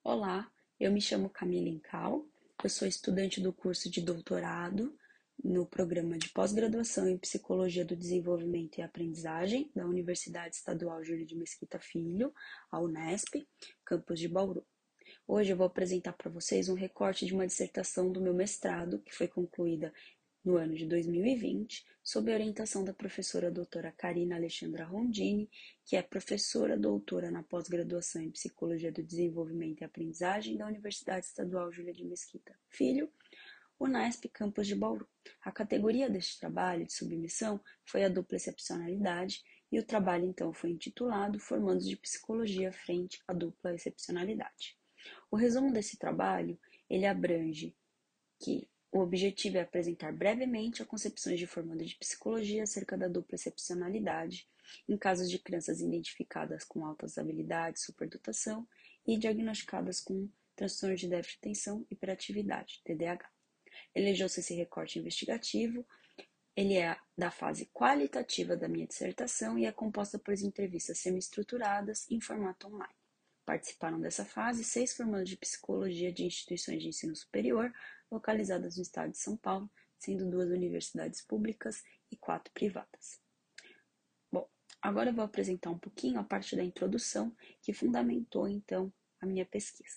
Olá, eu me chamo Camila Incal, eu sou estudante do curso de doutorado no programa de pós-graduação em Psicologia do Desenvolvimento e Aprendizagem da Universidade Estadual Júlio de Mesquita Filho, a Unesp, campus de Bauru. Hoje eu vou apresentar para vocês um recorte de uma dissertação do meu mestrado, que foi concluída no ano de 2020, sob a orientação da professora doutora Karina Alexandra Rondini, que é professora doutora na pós-graduação em Psicologia do Desenvolvimento e Aprendizagem da Universidade Estadual Júlia de Mesquita Filho, Unesp, campus de Bauru. A categoria deste trabalho de submissão foi a dupla excepcionalidade e o trabalho então foi intitulado Formandos de Psicologia frente à dupla excepcionalidade. O resumo desse trabalho, ele abrange que o objetivo é apresentar brevemente a concepções de formando de psicologia acerca da dupla excepcionalidade em casos de crianças identificadas com altas habilidades, superdotação e diagnosticadas com transtorno de déficit de atenção e hiperatividade, TDAH. Elegeu-se esse recorte investigativo, ele é da fase qualitativa da minha dissertação e é composta por entrevistas semi-estruturadas em formato online. Participaram dessa fase 6 formandos de psicologia de instituições de ensino superior localizadas no estado de São Paulo, sendo 2 universidades públicas e 4 privadas. Bom, agora eu vou apresentar um pouquinho a parte da introdução que fundamentou então a minha pesquisa.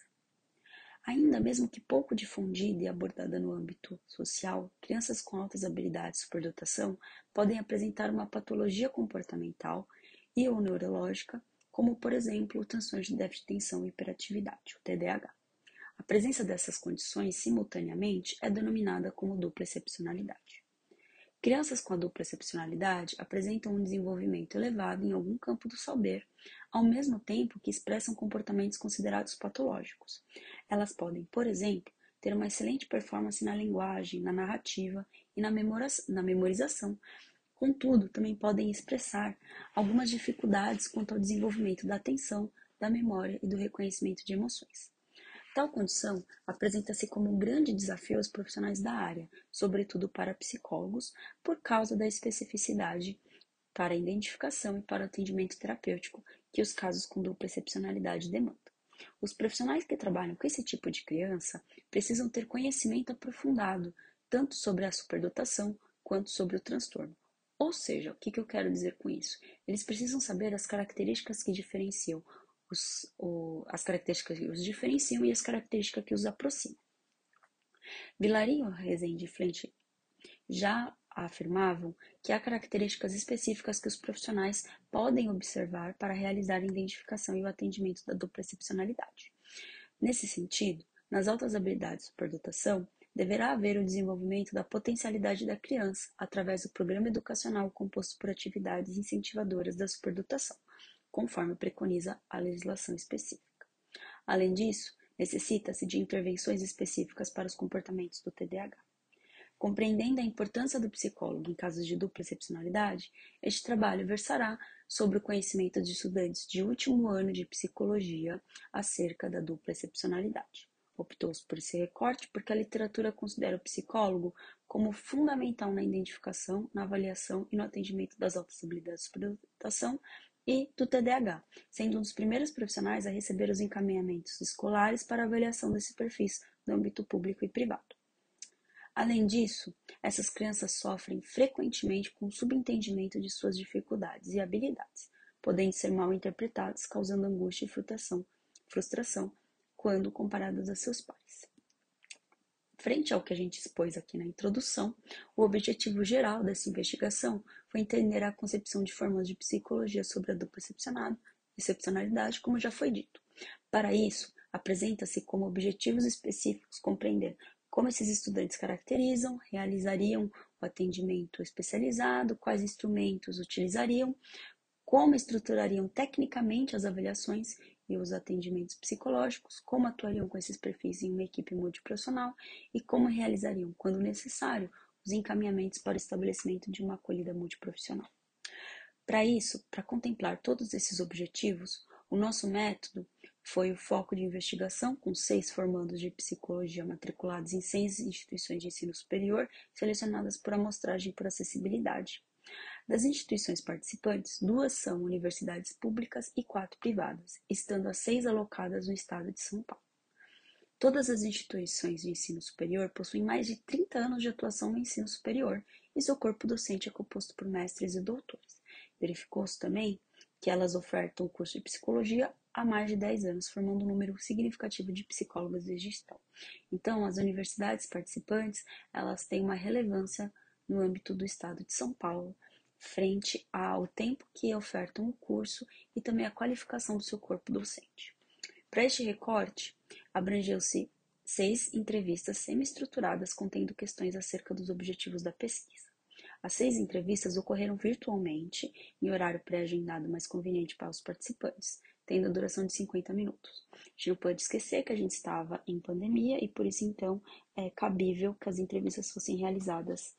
Ainda mesmo que pouco difundida e abordada no âmbito social, crianças com altas habilidades de superdotação podem apresentar uma patologia comportamental e ou neurológica, como, por exemplo, o transtorno de déficit de atenção e hiperatividade, o TDAH. A presença dessas condições simultaneamente é denominada como dupla excepcionalidade. Crianças com a dupla excepcionalidade apresentam um desenvolvimento elevado em algum campo do saber, ao mesmo tempo que expressam comportamentos considerados patológicos. Elas podem, por exemplo, ter uma excelente performance na linguagem, na narrativa e na memorização. Contudo, também podem expressar algumas dificuldades quanto ao desenvolvimento da atenção, da memória e do reconhecimento de emoções. Tal condição apresenta-se como um grande desafio aos profissionais da área, sobretudo para psicólogos, por causa da especificidade para a identificação e para o atendimento terapêutico que os casos com dupla excepcionalidade demandam. Os profissionais que trabalham com esse tipo de criança precisam ter conhecimento aprofundado, tanto sobre a superdotação quanto sobre o transtorno. Ou seja, o que eu quero dizer com isso? Eles precisam saber as características que diferenciam as características que os diferenciam e as características que os aproximam. Vilarinho Rezende e Flint já afirmavam que há características específicas que os profissionais podem observar para realizar a identificação e o atendimento da dupla excepcionalidade. Nesse sentido, nas altas habilidades de superdotação, deverá haver o desenvolvimento da potencialidade da criança através do programa educacional composto por atividades incentivadoras da superdotação, conforme preconiza a legislação específica. Além disso, necessita-se de intervenções específicas para os comportamentos do TDAH. Compreendendo a importância do psicólogo em casos de dupla excepcionalidade, este trabalho versará sobre o conhecimento de estudantes de último ano de psicologia acerca da dupla excepcionalidade. Optou-se por esse recorte porque a literatura considera o psicólogo como fundamental na identificação, na avaliação e no atendimento das altas habilidades de superdotação e do TDAH, sendo um dos primeiros profissionais a receber os encaminhamentos escolares para avaliação desses perfis no âmbito público e privado. Além disso, essas crianças sofrem frequentemente com o subentendimento de suas dificuldades e habilidades, podendo ser mal interpretadas, causando angústia e frustração quando comparadas a seus pais. Frente ao que a gente expôs aqui na introdução, o objetivo geral dessa investigação foi entender a concepção de formas de psicologia sobre a dupla excepcionalidade, como já foi dito. Para isso, apresenta-se como objetivos específicos compreender como esses estudantes caracterizam, realizariam o atendimento especializado, quais instrumentos utilizariam, como estruturariam tecnicamente as avaliações e os atendimentos psicológicos, como atuariam com esses perfis em uma equipe multiprofissional e como realizariam, quando necessário, os encaminhamentos para o estabelecimento de uma acolhida multiprofissional. Para isso, para contemplar todos esses objetivos, o nosso método foi o foco de investigação com 6 formandos de psicologia matriculados em 6 instituições de ensino superior, selecionadas por amostragem por acessibilidade. Das instituições participantes, 2 são universidades públicas e 4 privadas, estando as 6 alocadas no estado de São Paulo. Todas as instituições de ensino superior possuem mais de 30 anos de atuação no ensino superior e seu corpo docente é composto por mestres e doutores. Verificou-se também que elas ofertam o curso de psicologia há mais de 10 anos, formando um número significativo de psicólogos desde então. Então, as universidades participantes, elas têm uma relevância no âmbito do estado de São Paulo, frente ao tempo que ofertam o curso e também a qualificação do seu corpo docente. Para este recorte, abrangeu-se 6 entrevistas semi-estruturadas contendo questões acerca dos objetivos da pesquisa. As 6 entrevistas ocorreram virtualmente, em horário pré-agendado mais conveniente para os participantes, tendo a duração de 50 minutos. A gente não pode esquecer que a gente estava em pandemia e por isso, então, é cabível que as entrevistas fossem realizadas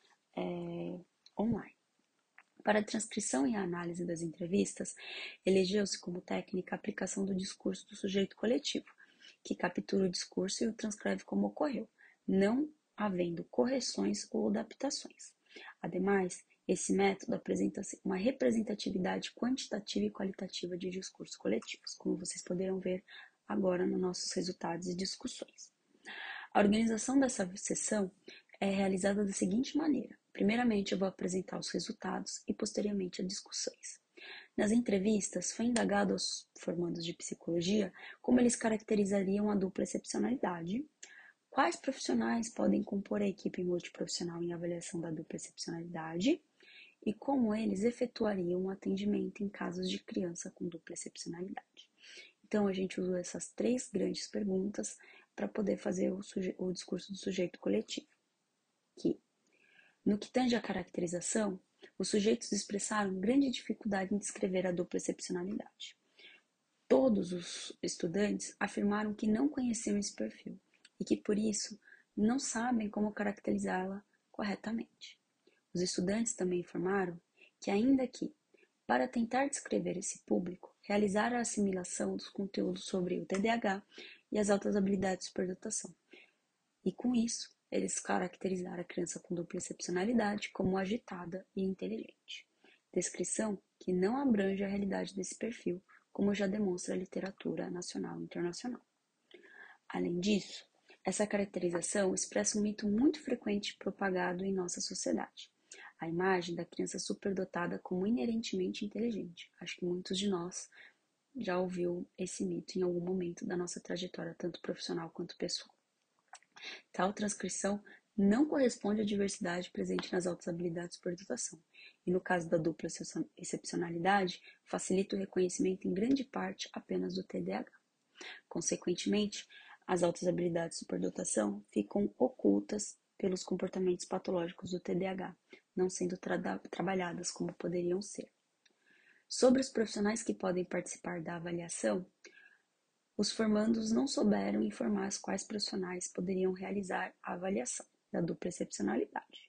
online. Para a transcrição e a análise das entrevistas, elegeu-se como técnica a aplicação do discurso do sujeito coletivo, que captura o discurso e o transcreve como ocorreu, não havendo correções ou adaptações. Ademais, esse método apresenta uma representatividade quantitativa e qualitativa de discursos coletivos, como vocês poderão ver agora nos nossos resultados e discussões. A organização dessa sessão é realizada da seguinte maneira. Primeiramente, eu vou apresentar os resultados e, posteriormente, as discussões. Nas entrevistas, foi indagado aos formandos de psicologia como eles caracterizariam a dupla excepcionalidade, quais profissionais podem compor a equipe multiprofissional em avaliação da dupla excepcionalidade e como eles efetuariam o atendimento em casos de criança com dupla excepcionalidade. Então, a gente usou essas 3 grandes perguntas para poder fazer o discurso do sujeito coletivo. Que, no que tange à caracterização, os sujeitos expressaram grande dificuldade em descrever a dupla excepcionalidade. Todos os estudantes afirmaram que não conheciam esse perfil e que, por isso, não sabem como caracterizá-la corretamente. Os estudantes também informaram que, ainda que, para tentar descrever esse público, realizaram a assimilação dos conteúdos sobre o TDAH e as altas habilidades de superdotação. E, com isso, eles caracterizaram a criança com dupla excepcionalidade como agitada e inteligente. Descrição que não abrange a realidade desse perfil, como já demonstra a literatura nacional e internacional. Além disso, essa caracterização expressa um mito muito frequente propagado em nossa sociedade. A imagem da criança superdotada como inerentemente inteligente. Acho que muitos de nós já ouviu esse mito em algum momento da nossa trajetória, tanto profissional quanto pessoal. Tal transcrição não corresponde à diversidade presente nas altas habilidades de superdotação, e no caso da dupla excepcionalidade, facilita o reconhecimento em grande parte apenas do TDAH. Consequentemente, as altas habilidades de superdotação ficam ocultas pelos comportamentos patológicos do TDAH, não sendo trabalhadas como poderiam ser. Sobre os profissionais que podem participar da avaliação, os formandos não souberam informar quais profissionais poderiam realizar a avaliação da dupla excepcionalidade.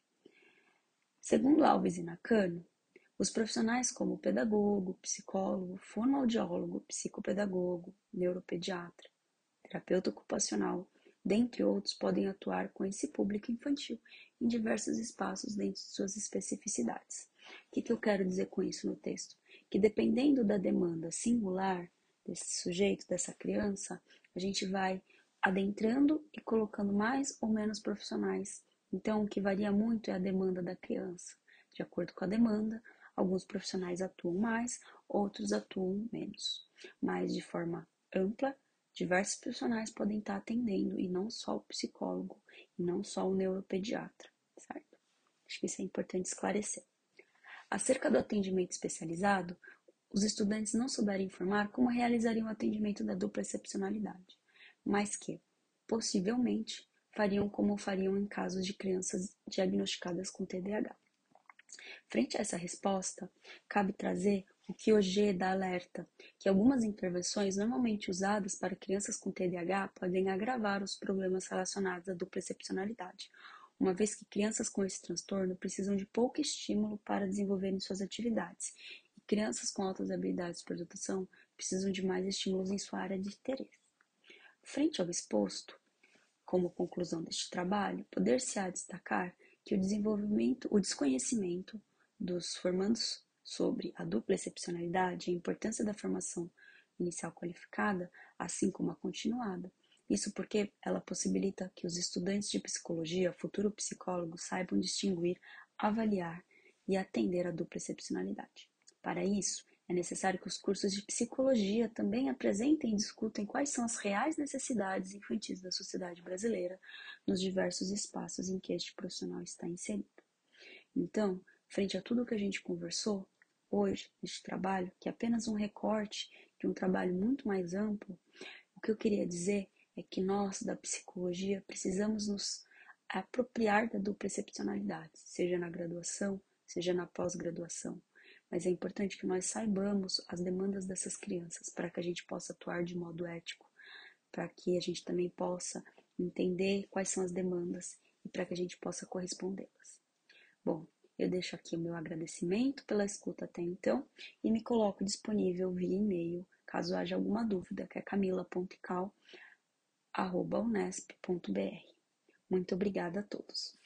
Segundo Alves e Nakano, os profissionais como pedagogo, psicólogo, fonoaudiólogo, psicopedagogo, neuropediatra, terapeuta ocupacional, dentre outros, podem atuar com esse público infantil em diversos espaços dentro de suas especificidades. O que eu quero dizer com isso no texto? Que dependendo da demanda singular desse sujeito, dessa criança, a gente vai adentrando e colocando mais ou menos profissionais. Então, o que varia muito é a demanda da criança. De acordo com a demanda, alguns profissionais atuam mais, outros atuam menos. Mas, de forma ampla, diversos profissionais podem estar atendendo, e não só o psicólogo, e não só o neuropediatra, certo? Acho que isso é importante esclarecer. Acerca do atendimento especializado, os estudantes não souberam informar como realizariam o atendimento da dupla excepcionalidade, mas que, possivelmente, fariam como fariam em casos de crianças diagnosticadas com TDAH. Frente a essa resposta, cabe trazer o que o G dá alerta, que algumas intervenções normalmente usadas para crianças com TDAH podem agravar os problemas relacionados à dupla excepcionalidade, uma vez que crianças com esse transtorno precisam de pouco estímulo para desenvolverem suas atividades, e crianças com altas habilidades de superdotação precisam de mais estímulos em sua área de interesse. Frente ao exposto, como conclusão deste trabalho, poder-se-á destacar que o desconhecimento dos formandos sobre a dupla excepcionalidade e a importância da formação inicial qualificada, assim como a continuada, Isso porque ela possibilita que os estudantes de psicologia, futuro psicólogos, saibam distinguir, avaliar e atender a dupla excepcionalidade. Para isso, é necessário que os cursos de psicologia também apresentem e discutem quais são as reais necessidades infantis da sociedade brasileira nos diversos espaços em que este profissional está inserido. Então, frente a tudo o que a gente conversou hoje, neste trabalho, que é apenas um recorte de um trabalho muito mais amplo, o que eu queria dizer é que nós, da psicologia, precisamos nos apropriar da dupla excepcionalidade, seja na graduação, seja na pós-graduação. Mas é importante que nós saibamos as demandas dessas crianças, para que a gente possa atuar de modo ético, para que a gente também possa entender quais são as demandas e para que a gente possa correspondê-las. Bom, eu deixo aqui o meu agradecimento pela escuta até então e me coloco disponível via e-mail, caso haja alguma dúvida, que é camila.cal@unesp.br. Muito obrigada a todos.